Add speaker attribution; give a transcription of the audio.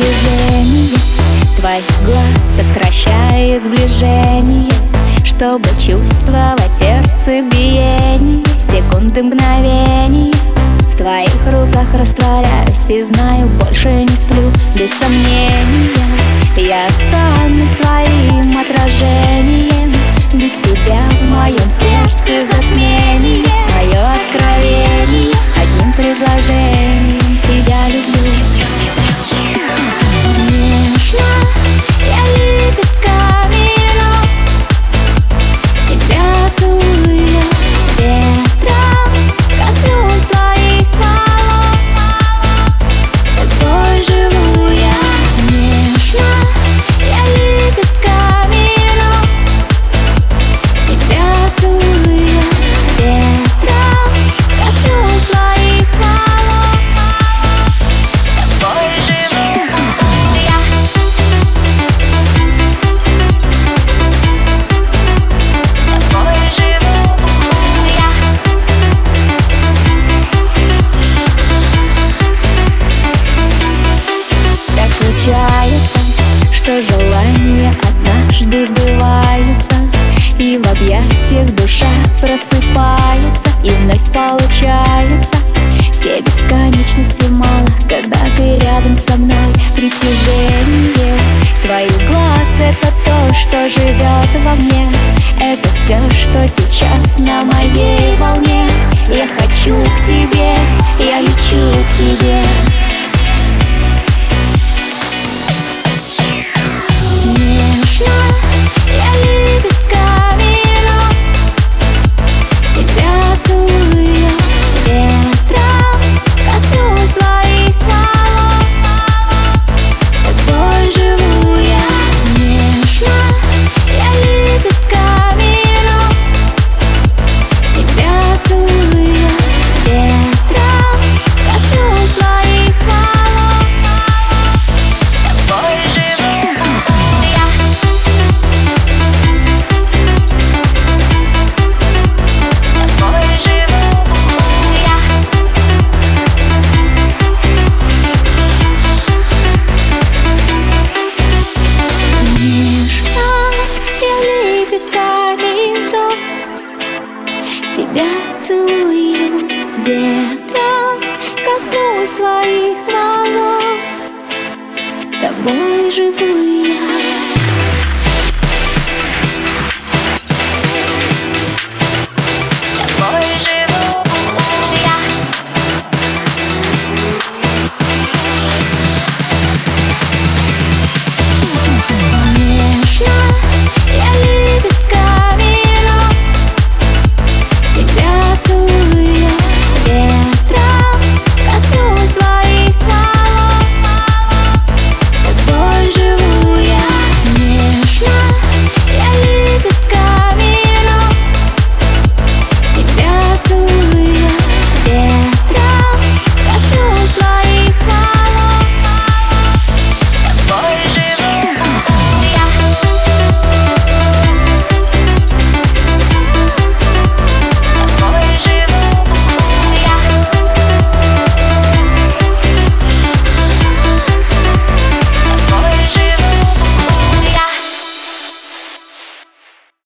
Speaker 1: притяжение твоих глаз сокращает сближение, чтобы чувствовать сердцебиение. Секунды, мгновения в твоих руках растворяюсь и знаю, больше не сплю. Без сомнения я останусь твоим отражением. Без тебя в моем сердце затмение. Мое откровение одним предложением: тебя люблю. Нежно я лепестками роз тебя целую, ветром коснусь твоих волос. Тобой живу я. Нежно я лепестками роз тебя целую, ветром коснусь твоих волос. Тобой живу я. Тобой живу я. Так случается, что желания однажды сбываются, и в объятиях душа просыпается, и вновь получается. Все бесконечности мало, когда ты рядом со мной. Притяжение твоих глаз — это то, что живет во мне. Это все, что сейчас на моей волне. Я хочу к тебе, я лечу к тебе. Нежно я лепестками роз тебя целую, ветром коснусь твоих волос. Тобой живу я. Нежно я лепестками роз тебя целую, ветром коснусь твоих волос. Тобой живу я. Тобой живу я. Нежно я лепестками роз тебя целую, ветром коснусь твоих волос. Тобой живу я.